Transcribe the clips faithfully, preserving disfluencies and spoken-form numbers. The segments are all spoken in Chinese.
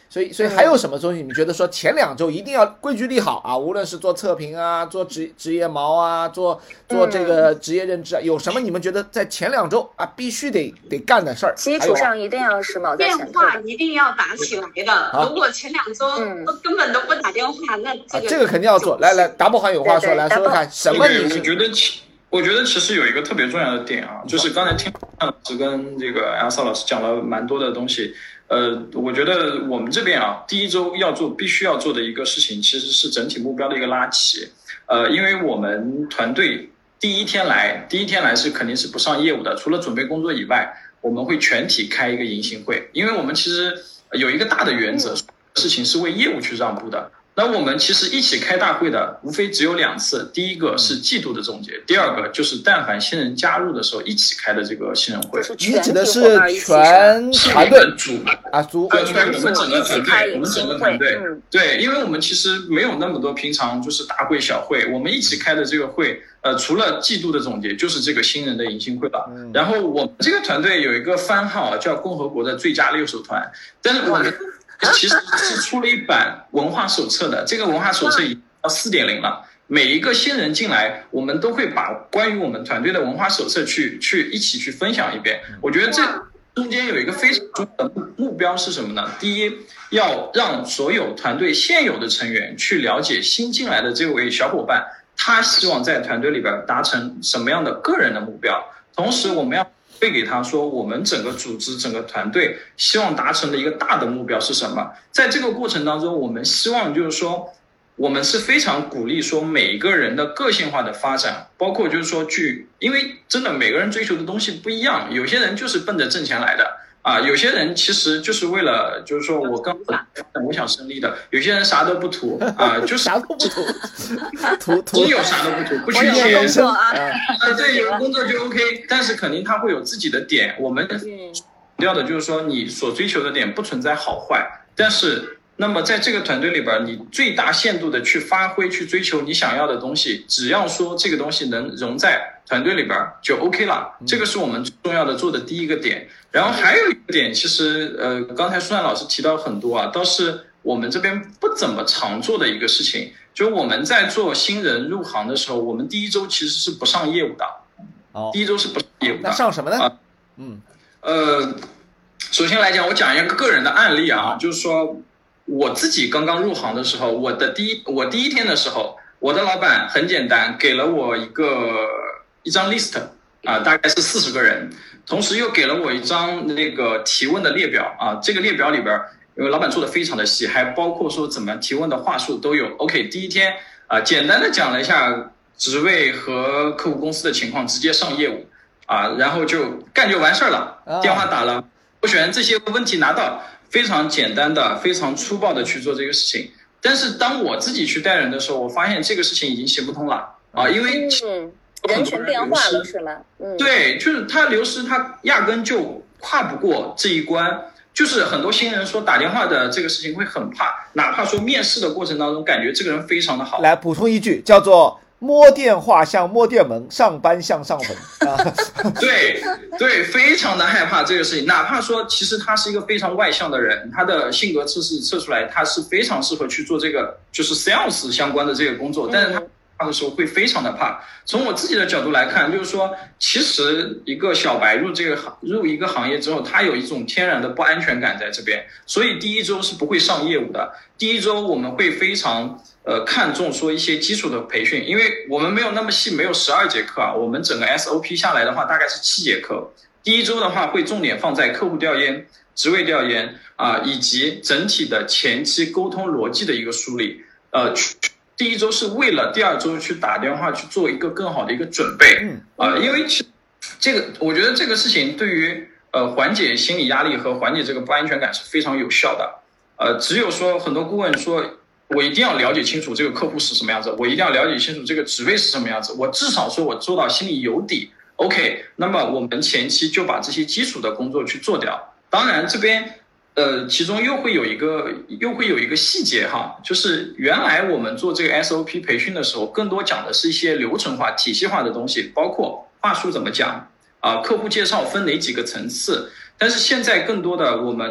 所以所以还有什么东西你觉得说前两周一定要规矩立好啊？无论是做测评啊，做职职业毛啊，做做这个职业认知啊，有什么你们觉得在前两周啊必须得得干的事儿？ 基础上一定要时髦在前头， 电话一定要打起来的。如果前两周根本都不打电话，那这个、 啊、这个肯定要做。来来，达波好像有话说，来说说看什么你？ 我觉得其我觉得其实有一个特别重要的点啊，就是刚才听老师跟这个阿萨老师讲了蛮多的东西。呃，我觉得我们这边啊，第一周要做必须要做的一个事情，其实是整体目标的一个拉齐。呃，因为我们团队第一天来，第一天来是肯定是不上业务的，除了准备工作以外，我们会全体开一个迎新会，因为我们其实有一个大的原则，事情是为业务去让步的。那我们其实一起开大会的无非只有两次，第一个是季度的总结，第二个就是但凡新人加入的时候一起开的这个新人会。 你指的是全团队组啊组对，全我们整个团队，我们整个团队、 嗯、 对，因为我们其实没有那么多平常就是大会小会，我们一起开的这个会，呃，除了季度的总结，就是这个新人的迎新会了。嗯、然后我们这个团队有一个番号叫共和国的最佳六手团，但是我们其实是出了一版文化手册的，这个文化手册已经到 四点零 了。每一个新人进来，我们都会把关于我们团队的文化手册去去一起去分享一遍。我觉得这中间有一个非常重要的目标是什么呢？第一，要让所有团队现有的成员去了解新进来的这位小伙伴，他希望在团队里边达成什么样的个人的目标。同时，我们要会给他说我们整个组织整个团队希望达成的一个大的目标是什么。在这个过程当中，我们希望就是说我们是非常鼓励说每一个人的个性化的发展，包括就是说去，因为真的每个人追求的东西不一样，有些人就是奔着挣钱来的啊，有些人其实就是为了就是说我刚我想胜利的，有些人啥都不图啊，就啥都不图，图图只有啥都不图，不去钱啊，对，有工作就 OK， 但是肯定他会有自己的点。我们强调的就是说，你所追求的点不存在好坏，但是那么在这个团队里边，你最大限度的去发挥、去追求你想要的东西，只要说这个东西能融在团队里边就 OK 了。这个是我们重要的做的第一个点。然后还有一个点，其实呃，刚才舒曼老师提到很多啊，倒是我们这边不怎么常做的一个事情，就是我们在做新人入行的时候，我们第一周其实是不上业务的。 哦， 第一周是不上业务的。 那上什么呢？ 啊、 嗯， 呃，首先来讲，我讲一个个人的案例啊，就是说我自己刚刚入行的时候，我的第一我第一天的时候，我的老板很简单，给了我一个一张 list 啊，大概是四十个人。同时又给了我一张那个提问的列表啊，这个列表里边，因为老板做的非常的细，还包括说怎么提问的话术都有。OK， 第一天啊，简单的讲了一下职位和客户公司的情况，直接上业务啊，然后就干就完事儿了。电话打了，我选这些问题拿到，非常简单的、非常粗暴的去做这个事情。但是当我自己去带人的时候，我发现这个事情已经行不通了啊，因为嗯。人群变化了是吗？嗯， 对，就是他流失，他压根就跨不过这一关。就是很多新人说打电话的这个事情会很怕，哪怕说面试的过程当中感觉这个人非常的好。 来补充一句，叫做摸电话像摸电门，上班像上坟。啊、 对对，非常的害怕这个事情。哪怕说其实他是一个非常外向的人，他的性格测试测出来他是非常适合去做这个就是 sales 相关的这个工作，但是他。的时候会非常的怕。从我自己的角度来看，就是说其实一个小白入这个行入一个行业之后，他有一种天然的不安全感在这边，所以第一周是不会上业务的。第一周我们会非常呃看重说一些基础的培训，因为我们没有那么细，没有十二节课啊，我们整个 S O P 下来的话大概是七节课。第一周的话会重点放在客户调研、职位调研啊、呃，以及整体的前期沟通逻辑的一个梳理，呃。第一周是为了第二周去打电话去做一个更好的一个准备，啊、呃，因为其这个我觉得这个事情对于呃缓解心理压力和缓解这个不安全感是非常有效的。呃，只有说很多顾问说，我一定要了解清楚这个客户是什么样子，我一定要了解清楚这个职位是什么样子，我至少说我做到心里有底。OK， 那么我们前期就把这些基础的工作去做掉。当然这边。呃，其中又会有一个又会有一个细节哈，就是原来我们做这个 S O P 培训的时候，更多讲的是一些流程化、体系化的东西，包括话术怎么讲啊，客户介绍分哪几个层次。但是现在更多的我们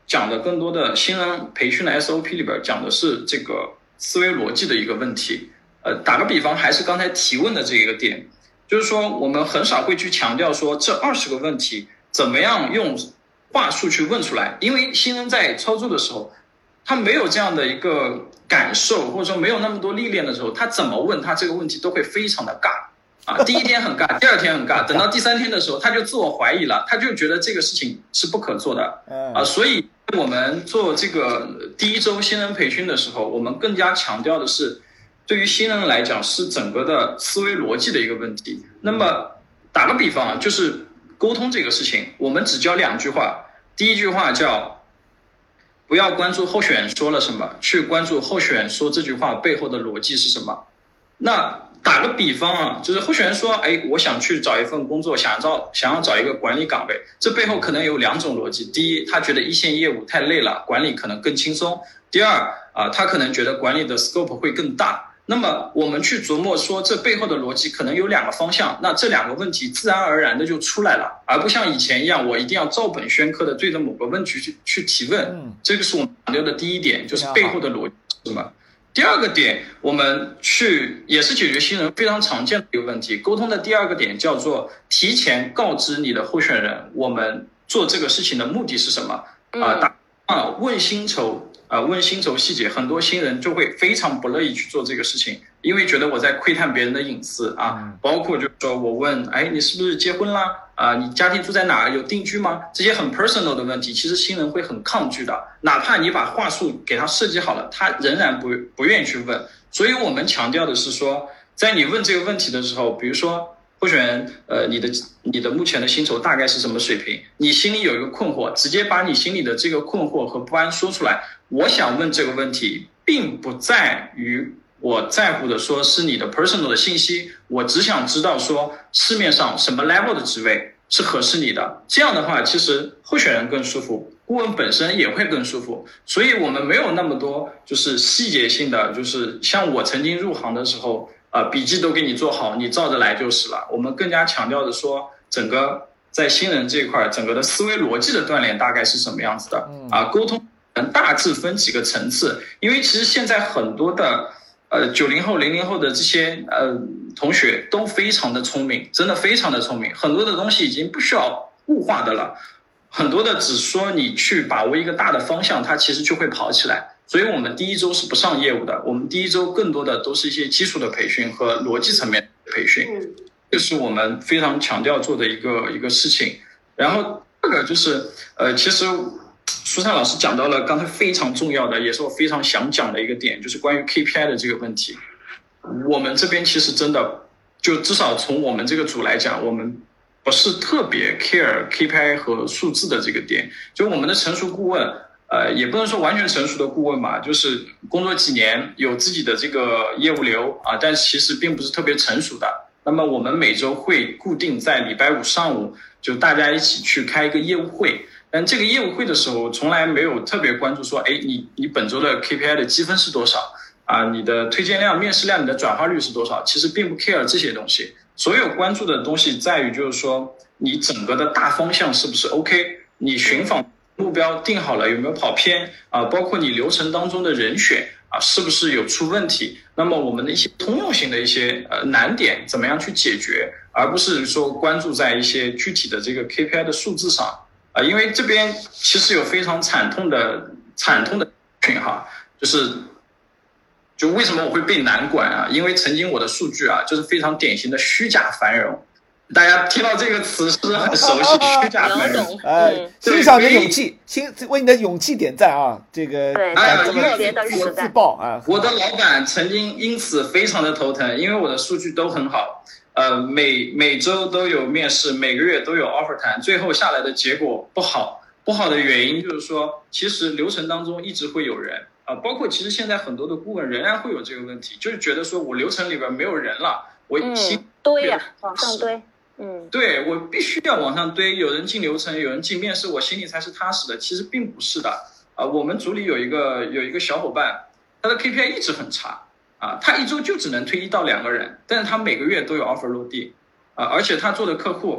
讲的更多的新人培训的 S O P 里边讲的是这个思维逻辑的一个问题。呃，打个比方，还是刚才提问的这个点，就是说我们很少会去强调说这二十个问题怎么样用话术去问出来，因为新人在操作的时候，他没有这样的一个感受，或者说没有那么多历练的时候，他怎么问他这个问题都会非常的尬啊。第一天很尬，第二天很尬，等到第三天的时候，他就自我怀疑了，他就觉得这个事情是不可做的啊。所以我们做这个第一周新人培训的时候，我们更加强调的是，对于新人来讲是整个的思维逻辑的一个问题。那么打个比方啊，就是沟通这个事情，我们只教两句话。第一句话叫不要关注候选人说了什么，去关注候选人说这句话背后的逻辑是什么。那打个比方啊，就是候选人说，哎，我想去找一份工作，想要找想要找一个管理岗位，这背后可能有两种逻辑。第一，他觉得一线业务太累了，管理可能更轻松。第二啊，他可能觉得管理的 scope 会更大。那么我们去琢磨说这背后的逻辑可能有两个方向，那这两个问题自然而然的就出来了，而不像以前一样我一定要照本宣科的对着某个问题去去提问。嗯，这个是我们强调的第一点，就是背后的逻辑是什么。第二个点，我们去也是解决新人非常常见的一个问题，沟通的第二个点叫做提前告知你的候选人我们做这个事情的目的是什么啊？打啊问薪酬啊，问薪酬细节，很多新人就会非常不乐意去做这个事情，因为觉得我在窥探别人的隐私啊。包括就是说我问，哎，你是不是结婚啦？啊，你家庭住在哪儿？有定居吗？这些很 personal 的问题，其实新人会很抗拒的。哪怕你把话术给他设计好了，他仍然不不愿意去问。所以我们强调的是说，在你问这个问题的时候，比如说候选人，呃，你的你的目前的薪酬大概是什么水平？你心里有一个困惑，直接把你心里的这个困惑和不安说出来。我想问这个问题，并不在于我在乎的说是你的 personal 的信息，我只想知道说市面上什么 level 的职位是合适你的。这样的话，其实候选人更舒服，顾问本身也会更舒服。所以我们没有那么多就是细节性的，就是像我曾经入行的时候。呃，笔记都给你做好，你照着来就是了。我们更加强调的说，整个在新人这一块，整个的思维逻辑的锻炼大概是什么样子的啊？沟通大致分几个层次，因为其实现在很多的呃九零后、零零后的这些呃同学都非常的聪明，真的非常的聪明，很多的东西已经不需要物化的了，很多的只说你去把握一个大的方向，它其实就会跑起来。所以我们第一周是不上业务的，我们第一周更多的都是一些基础的培训和逻辑层面的培训，这是我们非常强调做的一个一个事情。然后这个就是呃，其实舒灿老师讲到了刚才非常重要的，也是我非常想讲的一个点，就是关于 K P I 的这个问题。我们这边其实真的就至少从我们这个组来讲，我们不是特别 care K P I 和数字的这个点，就我们的成熟顾问。呃，也不能说完全成熟的顾问吧，就是工作几年，有自己的这个业务流啊，但其实并不是特别成熟的。那么我们每周会固定在礼拜五上午，就大家一起去开一个业务会。但这个业务会的时候，从来没有特别关注说，哎，你你本周的 K P I 的积分是多少啊？你的推荐量、面试量、你的转化率是多少？其实并不 care 这些东西。所有关注的东西在于，就是说你整个的大方向是不是 OK？ 你寻访目标定好了有没有跑偏啊？包括你流程当中的人选啊，是不是有出问题？那么我们的一些通用性的一些呃难点怎么样去解决，而不是说关注在一些具体的这个 K P I 的数字上啊。因为这边其实有非常惨痛的惨痛的群哈，就是就为什么我会被难管啊？因为曾经我的数据啊，就是非常典型的虚假繁荣。大家听到这个词是不是很熟悉？虚假繁荣， 哎，欣赏你的勇气，欣为你的勇气点赞啊！这个对， 哎， 特别的实在。 自爆啊！ 我的老板曾经因此非常的头疼，因为我的数据都很好，呃，每每周都有面试，每个月都有 offer 谈，最后下来的结果不好。不好的原因就是说，其实流程当中一直会有人啊、呃，包括其实现在很多的顾问仍然会有这个问题，就是觉得说我流程里边没有人了，我嗯堆呀、啊，往上堆。嗯， 对，我必须要往上堆，有人进流程，有人进面试，我心里才是踏实的。其实并不是的啊、呃，我们组里有一个有一个小伙伴，他的 K P I 一直很差啊，他一周就只能推一到两个人，但是他每个月都有 offer 落地啊，而且他做的客户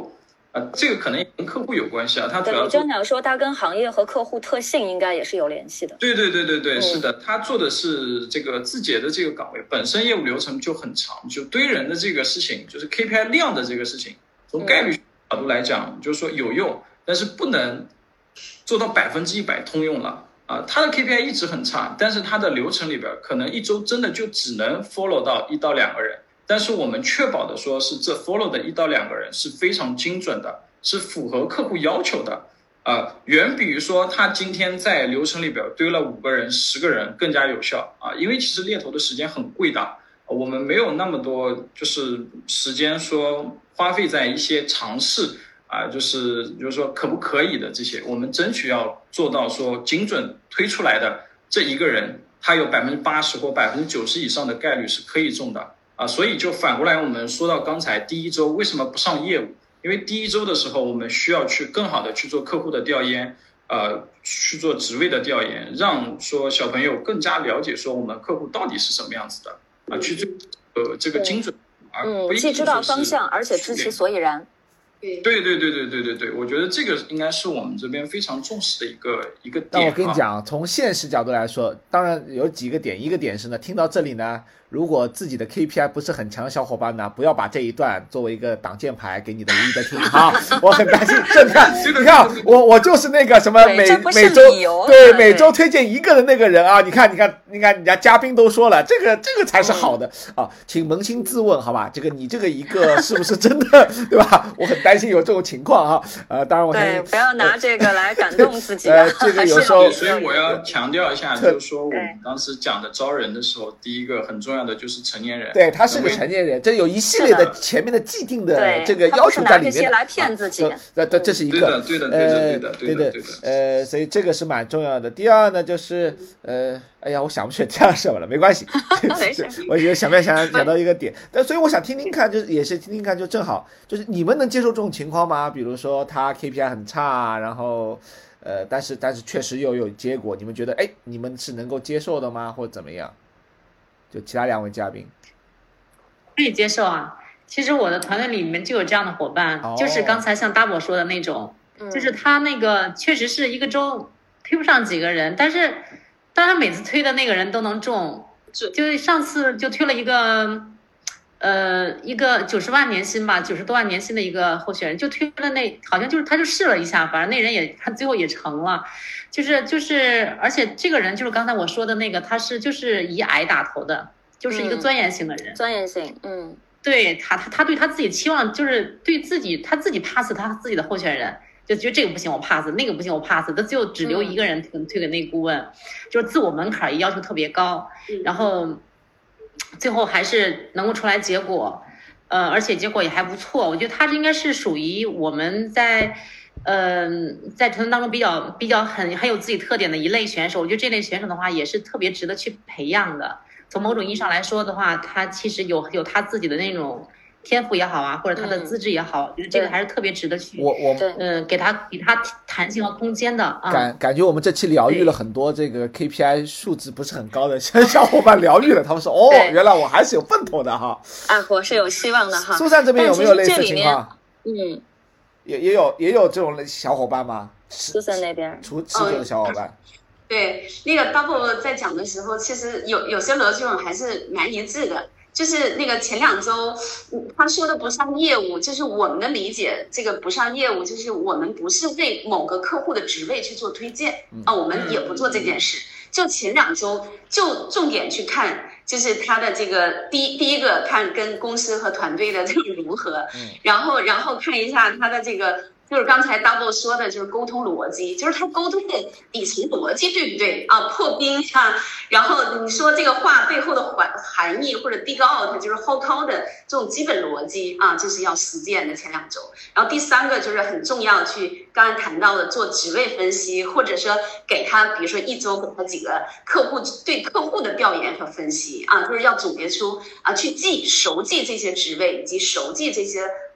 呃，这个可能也跟客户有关系啊，他主要对，正想说他跟行业和客户特性应该也是有联系的。 对对对对对，嗯、是的，他做的是这个字节的这个岗位，本身业务流程就很长，就堆人的这个事情，就是 K P I 量的这个事情，从概率角度来讲，嗯、就是说有用，但是不能做到百分之一百通用了啊。他的 K P I 一直很差，但是他的流程里边可能一周真的就只能 follow 到一到两个人。但是我们确保的说是这 follow 的一到两个人是非常精准的，是符合客户要求的，呃，远比于说他今天在流程里边堆了五个人、十个人更加有效啊。因为其实猎头的时间很贵的，我们没有那么多就是时间说花费在一些尝试啊，就是就是说可不可以的这些，我们争取要做到说精准推出来的这一个人，他有百分之八十或百分之九十以上的概率是可以中的。啊，所以就反过来，我们说到刚才第一周为什么不上业务？因为第一周的时候，我们需要去更好的去做客户的调研，呃，去做职位的调研，让说小朋友更加了解说我们客户到底是什么样子的啊，去做呃这个精准，而不既知道方向，而且知其所以然。 对对对对对对对对，我觉得这个应该是我们这边非常重视的一个一个点。 但我跟你讲，从现实角度来说，当然有几个点，一个点是呢，听到这里呢，如果自己的 K P I 不是很强的小伙伴呢，不要把这一段作为一个挡箭牌给你的吴一德听哈。我很担心，这你看，你看我我就是那个什么每每周对每周推荐一个的那个人啊，你看你看你看人家嘉宾都说了，这个这个才是好的啊，请扪心自问好吧，这个你这个一个是不是真的对吧？我很担心有这种情况啊，呃，当然我对不要拿这个来感动自己、啊， 呃，这个有时候， 所以我要强调一下，就是说我们当时讲的招人的时候，第一个很重要的就是成年人， 对，他是个成年人，这有一系列的前面的既定的这个要求在里面， 这些来骗自己， 这、啊、这这是一个， 对的，对的，对的，对的，对的，对的， 呃，所以这个是蛮重要的。第二呢，就是呃。哎呀，我想不起来第二什么了，没关系。我觉得想不想想想到一个点，但所以我想听听看，就是也是听听看，就正好就是你们能接受这种情况吗？比如说他 K P I 很差，然后呃，但是但是确实又有结果，你们觉得哎，你们是能够接受的吗？或者怎么样？就其他两位嘉宾可以接受啊。其实我的团队里面就有这样的伙伴，哦、就是刚才像 Double 说的那种，嗯、就是他那个确实是一个周推不上几个人，但是。但他每次推的那个人都能中，就是上次就推了一个，呃，一个九十万年薪吧，九十多万年薪的一个候选人，就推了那好像就是他就试了一下，反正那人也他最后也成了，就是就是，而且这个人就是刚才我说的那个，他是就是以矮打头的，就是一个钻研型的人， 嗯、钻研型，嗯， 对他他他对他自己期望就是对自己他自己 pass 他自己的候选人。就觉得这个不行我 pass， 那个不行我 pass， 他最后只留一个人推推给那顾问，嗯、就是自我门槛也要求特别高，嗯、然后最后还是能够出来结果，呃，而且结果也还不错。我觉得他应该是属于我们在，嗯、呃，在团队当中比较比较很很有自己特点的一类选手。我觉得这类选手的话也是特别值得去培养的。从某种意义上来说的话，他其实有有他自己的那种。天赋也好啊，或者他的资质也好，我觉得这个还是特别值得去我我嗯给他给他弹性和空间的啊。 感感觉我们这期疗愈了很多这个 K P I 数值不是很高的小伙伴，疗愈了他们说哦，原来我还是有奔头的哈。 啊，我是有希望的哈。 苏珊这边有没有类似情况？ 嗯， 也也有也有这种小伙伴吗？ 苏珊那边出吃这的小伙伴。 嗯对，那个 Double 在讲的时候，其实有有些逻辑还是蛮一致的。就是那个前两周，他说的不上业务，就是我们的理解，这个不上业务，就是我们不是为某个客户的职位去做推荐啊，我们也不做这件事。就前两周，就重点去看，就是他的这个第第一个看跟公司和团队的这个如何，然后然后看一下他的这个。就是刚才 Double 说的，就是沟通逻辑，就是他沟通的底层逻辑对不对啊？破冰啊，然后你说这个话背后的含含义或者 dig out， 就是 hold call 的这种基本逻辑啊，就是要实践的前两周。然后第三个就是很重要，去刚才谈到的做职位分析，或者说给他，比如说一周给他几个客户对客户的调研和分析啊，就是要总结出啊，去记熟记这些职位以及熟记这些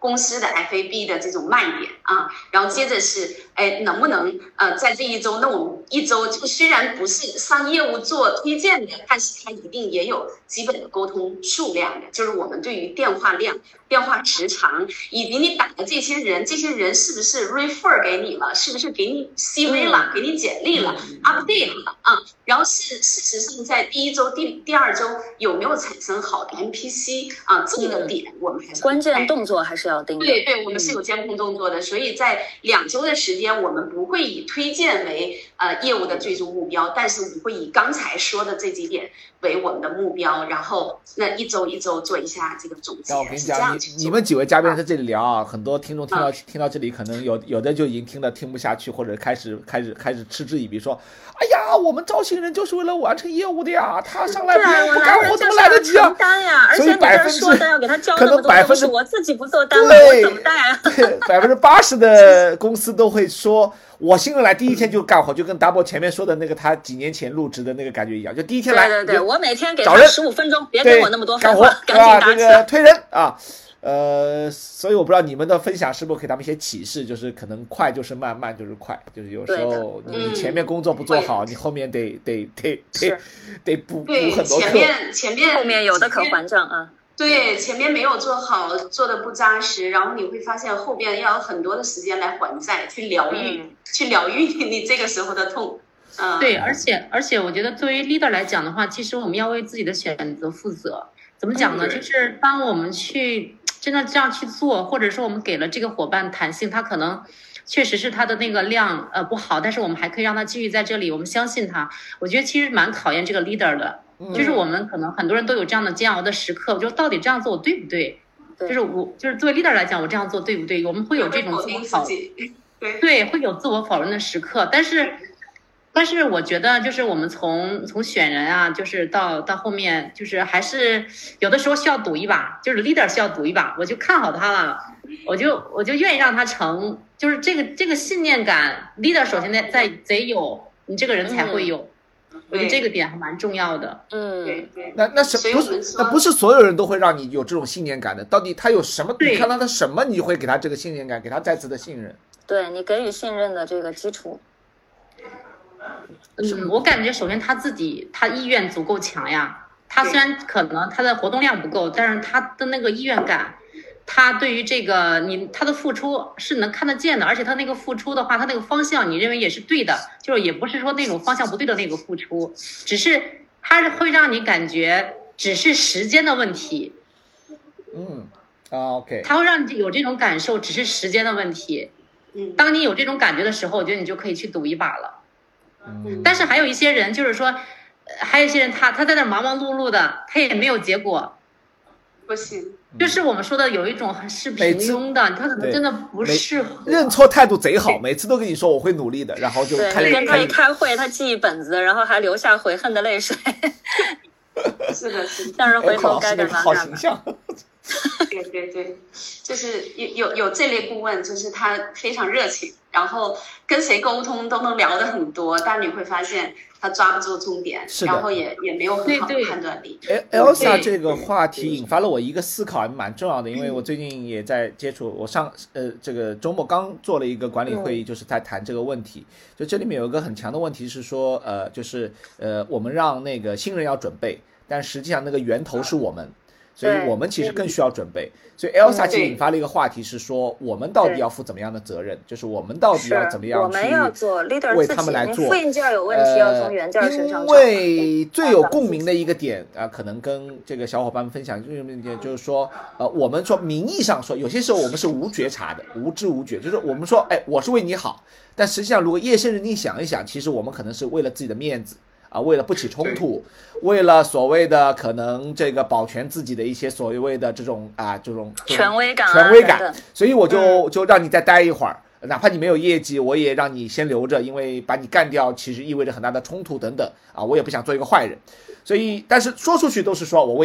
公司的 F A B 的这种卖点啊，然后接着是，哎，能不能呃在这一周，那我们一周就虽然不是上业务做推荐的，但是它一定也有基本的沟通数量的，就是我们对于电话量、电话时长，以及你打的这些人，这些人是不是 refer 给你了，是不是给你 C V 了，给你简历了、嗯、，update 了啊，然后是事实上在第一周、第第二周有没有产生好的 M P C 啊，这个点我们还是关键动作还是要盯的。 对对，我们是有监控动作的，所以在两周的时间，我们不会以推荐为呃业务的最终目标，但是我们会以刚才说的这几点为我们的目标，然后那一周一周做一下这个总结。 我跟你讲，你你们几位嘉宾在这里聊啊，很多听众听到、嗯、听到这里，可能有有的就已经听了听不下去，或者开始开始开始嗤之以鼻，说，哎呀，我们招新人就是为了完成业务的呀，他上来不不干活怎么来得及啊？所以百分之可能百分之我自己不做单，我怎么带啊？ 对，百分之八十的公司都会说，我新人来第一天就干活，就跟 Double 前面说的那个他几年前入职的那个感觉一样，就第一天来， 对对对，我每天给他十五分钟，别给我那么多干活， 赶紧打起来。 这个推人啊。呃，所以我不知道你们的分享是不是给他们一些启示，就是可能快就是慢，慢就是快，就是有时候你前面工作不做好，嗯、你后面得得得得得补补很多课。 前面前面后面有的可还账啊。 对，前面没有做好，做的不扎实，然后你会发现后边要有很多的时间来还债，去疗愈，嗯、去疗愈你这个时候的痛。嗯， 对，而且而且我觉得作为 leader 来讲的话，其实我们要为自己的选择负责。怎么讲呢？嗯、就是当我们去真的这样去做，或者说我们给了这个伙伴弹性，他可能确实是他的那个量呃不好，但是我们还可以让他继续在这里，我们相信他。我觉得其实蛮考验这个 leader 的，嗯、就是我们可能很多人都有这样的煎熬的时刻，就到底这样做我对不对？对，就是我就是作为 leader 来讲，我这样做对不对？我们会有这种自我否对对，会有自我否认的时刻，但是。但是我觉得，就是我们从从选人啊，就是到到后面，就是还是有的时候需要赌一把，就是 leader 需要赌一把，我就看好他了，我就我就愿意让他成，就是这个这个信念感 ，leader 首先在在得有，你这个人才会有，嗯、我觉得这个点还蛮重要的。 嗯，对对。 那那是不是那不是所有人都会让你有这种信念感的？到底他有什么？你看到他什么，你会给他这个信念感，给他再次的信任？ 对你给予信任的这个基础。 嗯，我感觉首先他自己他意愿足够强呀。他虽然可能他的活动量不够，但是他的那个意愿感，他对于这个你他的付出是能看得见的，而且他那个付出的话，他那个方向你认为也是对的，就是也不是说那种方向不对的那个付出，只是他会让你感觉只是时间的问题。 嗯啊 ，OK， 他会让你有这种感受，只是时间的问题。嗯，当你有这种感觉的时候，我觉得你就可以去赌一把了。嗯，但是还有一些人，就是说，还有一些人他他在那忙忙碌碌的，他也没有结果， 不行。 就是我们说的有一种是平庸的，他可能真的不适合。 认错态度贼好，每次都跟你说我会努力的，然后就开始跟他一开会，他记一本子，然后还留下悔恨的泪水。 是的，是的， 让人回头该干嘛干嘛。 好形象。 对对对，就是有有有这类顾问，就是他非常热情，然后跟谁沟通都能聊得很多，但你会发现他抓不住重点，然后也也没有很好的判断力。 哎 ，Elsa 这个话题引发了我一个思考，蛮重要的，因为我最近也在接触，我上呃这个周末刚做了一个管理会议，就是在谈这个问题。就这里面有一个很强的问题是说，呃，就是呃我们让那个新人要准备，但实际上那个源头是我们。所以我们其实更需要准备，所以 Elsa 其实引发了一个话题是说，我们到底要负怎么样的责任？就是我们到底要怎么样去为他们来做？ 副硬件有问题，要从原件身上找。 因为最有共鸣的一个点啊，可能跟这个小伙伴们分享就是点，就是说，呃，我们说名义上说，有些时候我们是无觉察的，无知无觉，就是我们说，哎，我是为你好，但实际上如果夜深人静想一想，其实我们可能是为了自己的面子。啊，为了不起冲突，为了所谓的可能这个保全自己的一些所谓的这种啊这种权威感、 权威感，所以我就就让你再待一会儿，哪怕你没有业绩，我也让你先留着，因为把你干掉其实意味着很大的冲突等等啊，我也不想做一个坏人，所以但是说出去都是说我为你好，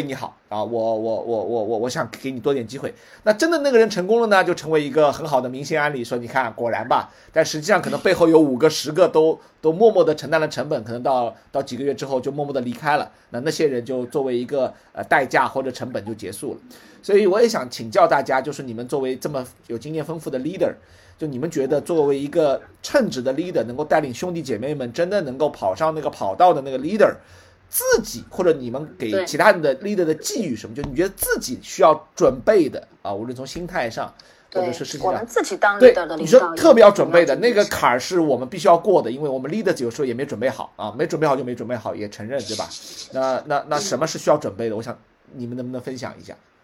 啊，我我我我我我想给你多点机会。那真的那个人成功了呢，就成为一个很好的明星案例，说你看果然吧。但实际上可能背后有五个十个都都默默的承担了成本，可能到到几个月之后就默默的离开了。那那些人就作为一个呃代价或者成本就结束了。所以我也想请教大家，就是你们作为这么有经验丰富的 leader， 就你们觉得作为一个称职的 leader， 能够带领兄弟姐妹们真的能够跑上那个跑道的那个 leader。自己或者你们给其他人的 leader 的寄予什么？就你觉得自己需要准备的啊，无论从心态上或者是事情上， 我们自己当 leader 的领导， 你说特别要准备的那个坎儿是我们必须要过的，因为我们 leader 有时候也没准备好啊，没准备好就没准备好，也承认对吧？那那那什么是需要准备的？我想你们能不能分享一下？